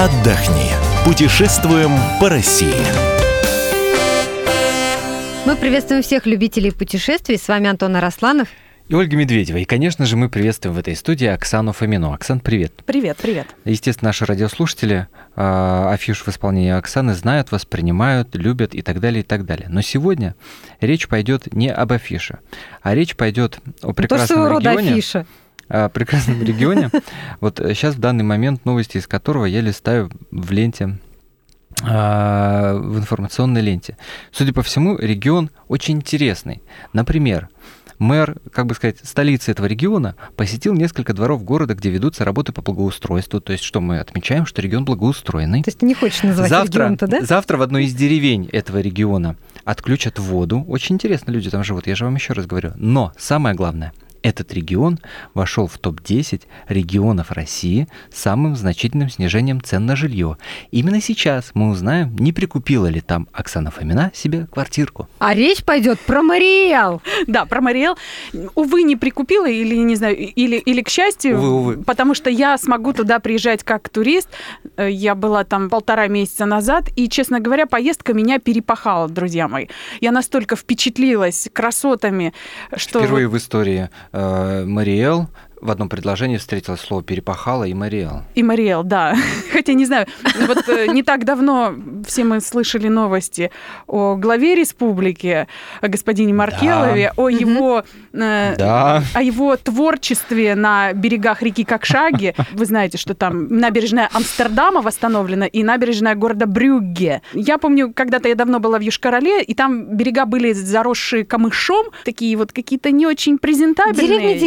отдохни. Путешествуем по России. Мы приветствуем всех любителей путешествий. С вами Антон Арасланов и Ольга Медведева. И, конечно же, мы приветствуем в этой студии Оксану Фомину. Оксан, привет. Привет. Естественно, наши радиослушатели афишу в исполнении Оксаны знают, воспринимают, любят и так далее, и так далее. Но сегодня речь пойдет не об афише, а речь пойдет о прекрасном регионе. Афиша. О прекрасном регионе. Вот сейчас в данный момент новости из которого я листаю в ленте, в информационной ленте. Судя по всему, регион очень интересный. Например, мэр, столицы этого региона посетил несколько дворов города, где ведутся работы по благоустройству. То есть, что мы отмечаем, что регион благоустроенный. То есть ты не хочешь называть регион-то, да? Завтра в одной из деревень этого региона отключат воду. Очень интересно, люди там живут, я же вам еще раз говорю. Но самое главное, этот регион вошел в топ-10 регионов России с самым значительным снижением цен на жилье. Именно сейчас мы узнаем, не прикупила ли там Оксана Фомина себе квартирку. А речь пойдет про Мариэл. Да, про Мариэл. Увы, не прикупила, или не знаю, или к счастью, увы. Потому что я смогу туда приезжать как турист. Я была там 1,5 месяца назад, и, честно говоря, поездка меня перепахала, друзья мои. Я настолько впечатлилась красотами, что... Впервые в истории Мариэл в одном предложении встретилось слово «перепахала» и Мариэл. И Мариэл, да. Хотя, не знаю, вот не так давно все мы слышали новости о главе республики, о господине Маркелове, о его творчестве на берегах реки Кокшаги. Вы знаете, что там набережная Амстердама восстановлена и набережная города Брюгге. Я помню, когда-то я давно была в Йошкар-Оле, и там берега были заросшие камышом, такие вот какие-то не очень презентабельные.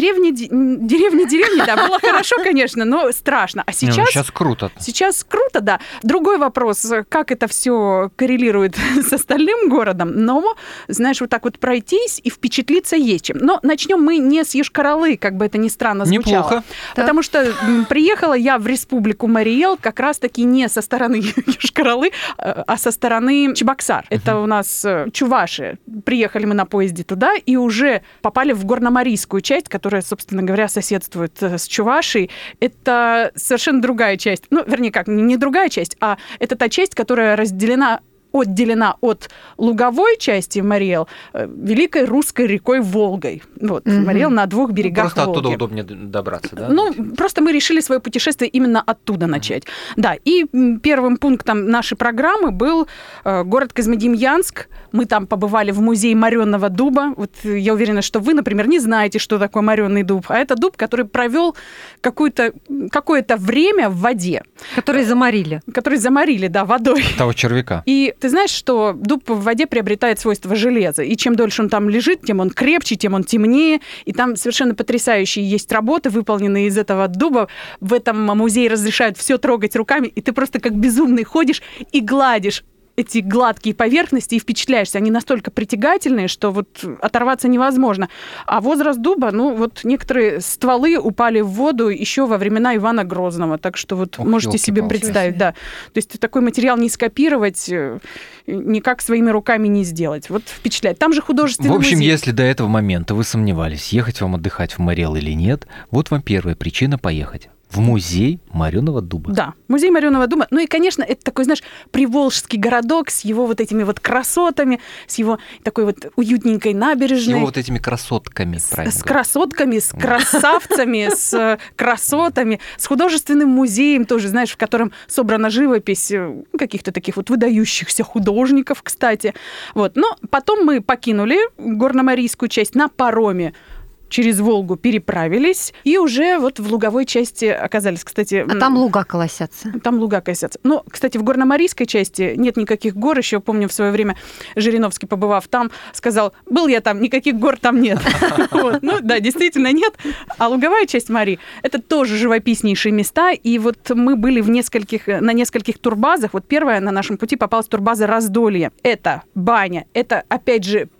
Деревни, да, было хорошо, конечно, но страшно. А сейчас... Сейчас круто. Сейчас круто, да. Другой вопрос, как это все коррелирует с остальным городом, но, знаешь, вот так вот пройтись и впечатлиться есть чем. Но начнем мы не с Йошкар-Олы, как бы это ни странно звучало. Неплохо. Потому что приехала я в республику Мариэл как раз-таки не со стороны Йошкар-Олы, а со стороны Чебоксар. Это у нас Чувашия. Приехали мы на поезде туда и уже попали в горно-марийскую часть, которая, собственно говоря, соседствует с Чувашией. Это совершенно другая часть. Ну, вернее, как, не другая часть, а это та часть, которая отделена от луговой части Мариэл великой русской рекой Волгой. Вот, Мариэл на 2 берегах просто Волги. Оттуда удобнее добраться, да? Ну, просто мы решили свое путешествие именно оттуда начать. Да, и первым пунктом нашей программы был город Козьмодемьянск. Мы там побывали в музее морёного дуба. Вот я уверена, что вы, например, не знаете, что такое морёный дуб. А это дуб, который провел какое-то время в воде. Который заморили, да, водой. Того червяка. И ты знаешь, что дуб в воде приобретает свойства железа. И чем дольше он там лежит, тем он крепче, тем он темнее. И там совершенно потрясающие есть работы, выполненные из этого дуба. В этом музее разрешают все трогать руками. И ты просто как безумный ходишь и гладишь эти гладкие поверхности и впечатляешься. Они настолько притягательные, что вот оторваться невозможно. А возраст дуба, некоторые стволы упали в воду еще во времена Ивана Грозного. Так что вот можете себе представить, да. То есть такой материал не скопировать, никак своими руками не сделать. Вот впечатляет. Там же художественный музей. В общем, если до этого момента вы сомневались, ехать вам отдыхать в Мариэл или нет, вот вам первая причина поехать. В музей морёного дуба. Да, музей морёного дуба. Ну и, конечно, это такой, знаешь, приволжский городок с его вот этими вот красотами, с его такой вот уютненькой набережной. С его вот этими красотками, правильно. С красотками, с красавцами, с красотами, с художественным музеем тоже, знаешь, в котором собрана живопись каких-то таких вот выдающихся художников, кстати. Вот. Но потом мы покинули горно-марийскую часть на пароме. Через Волгу переправились и уже вот в луговой части оказались, кстати. А там луга колосятся. Но, кстати, в горно-марийской части нет никаких гор. Еще помню, в свое время Жириновский, побывав там, сказал: был я там, никаких гор там нет. Ну да, действительно нет. А луговая часть Марии – это тоже живописнейшие места. И вот мы были на нескольких турбазах. Вот первая на нашем пути попалась турбаза Раздолье. Это баня, это, опять же,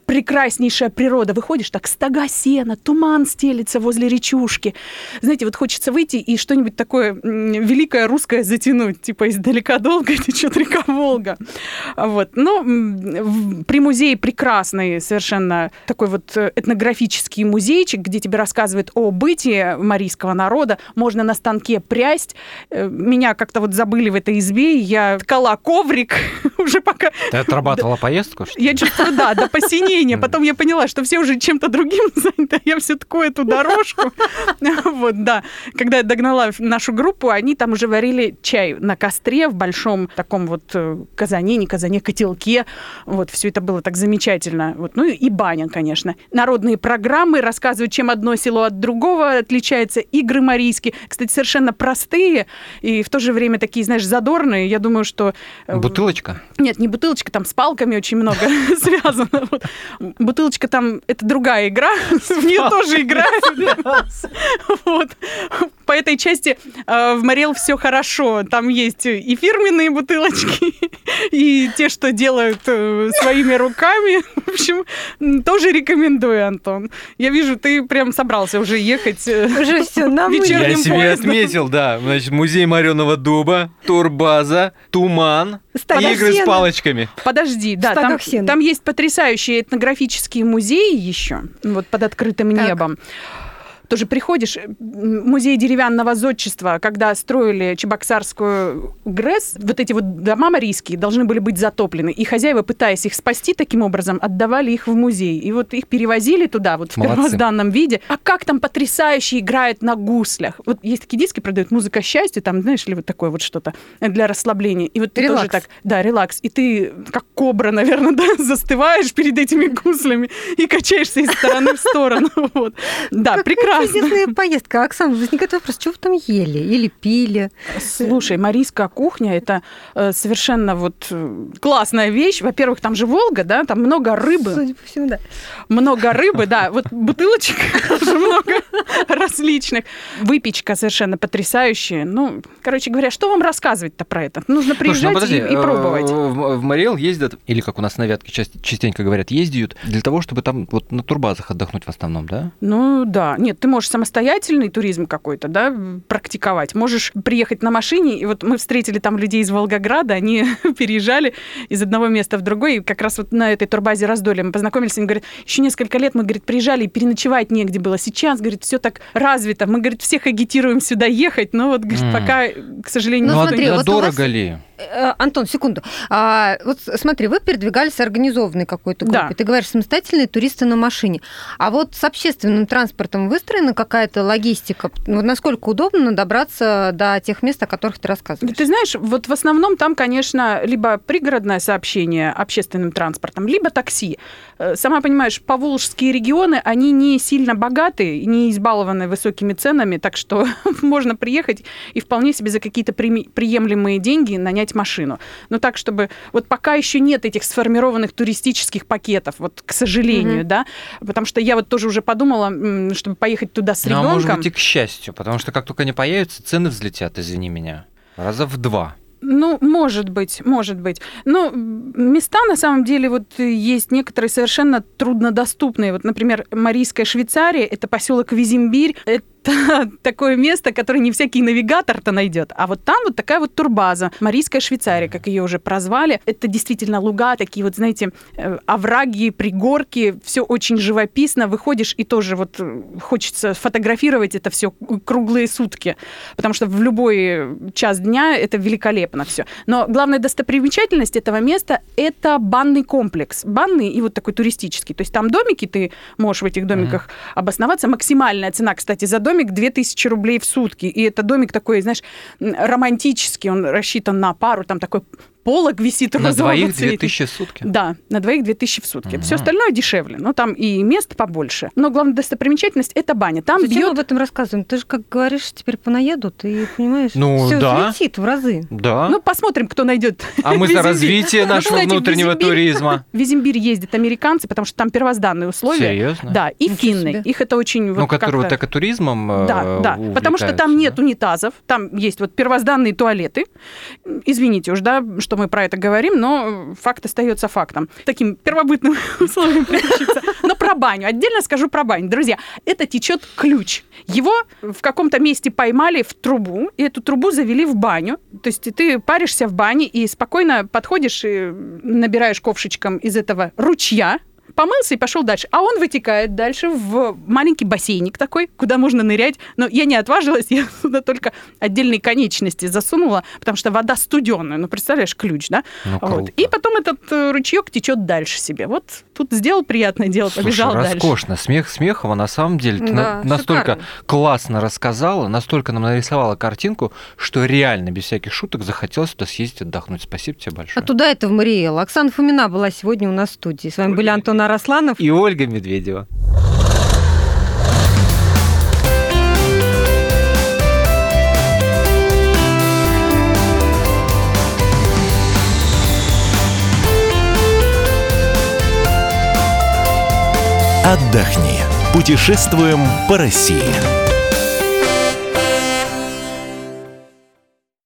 прекраснейшая природа. Выходишь, так стога сена, туман стелится возле речушки. Знаете, вот хочется выйти и что-нибудь такое великое русское затянуть, типа «Издалека долго течет река Волга». Вот. Но при музее прекрасный совершенно такой вот этнографический музейчик, где тебе рассказывают о бытии марийского народа. Можно на станке прясть. Меня как-то вот забыли в этой избе, я ткала коврик уже пока... Ты отрабатывала поездку, что ли? Я чувствую, да, до посинения. Потом я поняла, что все уже чем-то другим заняты, а я все тку эту дорожку. Вот, да. Когда я догнала нашу группу, они там уже варили чай на костре в большом таком вот казане, не казане, котелке. Вот, все это было так замечательно. Вот. Ну и баня, конечно. Народные программы рассказывают, чем одно село от другого отличается. Игры марийские. Кстати, совершенно простые и в то же время такие, знаешь, задорные. Я думаю, что... Бутылочка? Нет, не бутылочка, там с палками очень много связано. Вот. Бутылочка там, это другая игра, в нее тоже играют. Вот. По этой части в Марел все хорошо. Там есть и фирменные бутылочки, и те, что делают своими руками. В общем, тоже рекомендую, Антон. Я вижу, ты прям собрался уже ехать Уже все, нам вечерним Я себе поездом. отметил, да. Значит, музей мореного дуба, турбаза, туман, Стадо игры с сена. палочками. Подожди, да, Стадо там, сена. там есть потрясающие этнографические музеи еще, вот под открытым Так. небом. Тоже приходишь, музей деревянного зодчества, когда строили Чебоксарскую ГРЭС, вот эти вот дома марийские должны были быть затоплены, и хозяева, пытаясь их спасти таким образом, отдавали их в музей. И вот их перевозили туда, вот в Молодцы. первозданном виде. А как там потрясающе играют на гуслях. Вот есть такие диски, продают «Музыка счастья», там, знаешь ли, вот такое вот что-то для расслабления. И вот ты Релакс. тоже так, да, релакс. И ты, как кобра, наверное, да, застываешь перед этими гуслями и качаешься из стороны в сторону. Вот. Да, прекрасно. Чудесная поездка. Оксана, возникает вопрос, что вы там ели или пили? Слушай, марийская кухня – это совершенно вот классная вещь. Во-первых, там же Волга, да, там много рыбы. Судя по всему, да. Много рыбы, да. Вот бутылочек тоже много различных. Выпечка совершенно потрясающая. Ну, короче говоря, что вам рассказывать-то про это? Нужно приезжать Подожди, и пробовать. В Мариэл ездят, или как у нас на Вятке частенько говорят, ездят для того, чтобы там вот на турбазах отдохнуть в основном, да? Ну да, нет, ты можешь самостоятельный туризм какой-то, да, практиковать. Можешь приехать на машине, и вот мы встретили там людей из Волгограда, они переезжали из одного места в другой, и как раз вот на этой турбазе Раздолье мы познакомились, они говорят, еще несколько лет мы, говорит, приезжали, и переночевать негде было. Сейчас, говорит, все так развито, мы, говорит, всех агитируем сюда ехать, но вот, говорит, пока, к сожалению, Ну, Ну, смотри, а вот у дорого вас- ли? Антон, секунду. Вот смотри, вы передвигались с организованной какой-то группой. Да. Ты говоришь, самостоятельные туристы на машине. А вот с общественным транспортом выстроена какая-то логистика? Вот насколько удобно добраться до тех мест, о которых ты рассказываешь? Ты знаешь, вот в основном там, конечно, либо пригородное сообщение общественным транспортом, либо такси. Сама понимаешь, поволжские регионы, они не сильно богаты, не избалованы высокими ценами, так что можно приехать и вполне себе за какие-то приемлемые деньги нанять машину. Но так, чтобы... Вот пока еще нет этих сформированных туристических пакетов, вот, к сожалению, да, потому что я вот тоже уже подумала, чтобы поехать туда с Ну, а ребенком. может быть и к счастью, потому что как только они появятся, цены взлетят, извини меня, раза в 2. Ну, может быть, может быть. Но места, на самом деле, вот есть некоторые совершенно труднодоступные. Вот, например, Марийская Швейцария, это поселок Визимбирь, это такое место, которое не всякий навигатор-то найдет. А вот там вот такая вот турбаза, Марийская Швейцария, как ее уже прозвали. Это действительно луга, такие вот, знаете, овраги, пригорки, все очень живописно. Выходишь, и тоже вот хочется фотографировать это все круглые сутки, потому что в любой час дня это великолепно все. Но главная достопримечательность этого места – это банный комплекс. Банный и вот такой туристический. То есть там домики, ты можешь в этих домиках обосноваться. Максимальная цена, кстати, за домик 2000 рублей в сутки. И это домик такой, знаешь, романтический, он рассчитан на пару, там такой полог висит На розового двоих цвета. 2000 в сутки? Да, на двоих 2000 в сутки. Все остальное дешевле, но там и мест побольше. Но главная достопримечательность – это баня. Там Зачем мы бьет... об этом рассказываем? Ты же, как говоришь, теперь понаеду, ты понимаешь, Ну, все да. взлетит в разы. Да. Ну, посмотрим, кто найдет. А мы за Визимбирь. развитие Ну, нашего кстати, внутреннего туризма. В Визимбирь ездят американцы, потому что там первозданные условия. Серьезно? Да, и Ничего финны. себе. Их это очень... Ну, вот которые вот как-то- экотуризмом Да, потому что там увлекаются, нет да? унитазов, там есть вот первозданные туалеты. Извините уж, да, что что мы про это говорим, но факт остается фактом. Таким первобытным условием прячется. Но про баню. Отдельно скажу про баню. Друзья, это течет ключ. Его в каком-то месте поймали в трубу, и эту трубу завели в баню. То есть ты паришься в бане и спокойно подходишь и набираешь ковшичком из этого ручья, помылся и пошел дальше. А он вытекает дальше в маленький бассейник такой, куда можно нырять. Но я не отважилась, я туда только отдельные конечности засунула, потому что вода студеная. Ну, представляешь, ключ, да? Ну, вот. И потом этот ручеек течет дальше себе. Вот тут сделал приятное дело, побежал дальше. Роскошно. Смех смехом, а на самом деле ты Да, настолько шикарно. классно рассказала, настолько нам нарисовала картинку, что реально, без всяких шуток, захотелось туда съездить отдохнуть. Спасибо тебе большое. А туда это в Мариэл. Оксана Фомина была сегодня у нас в студии. С вами были Антон Арасланов И Ольга Медведева. Отдохни. Путешествуем по России.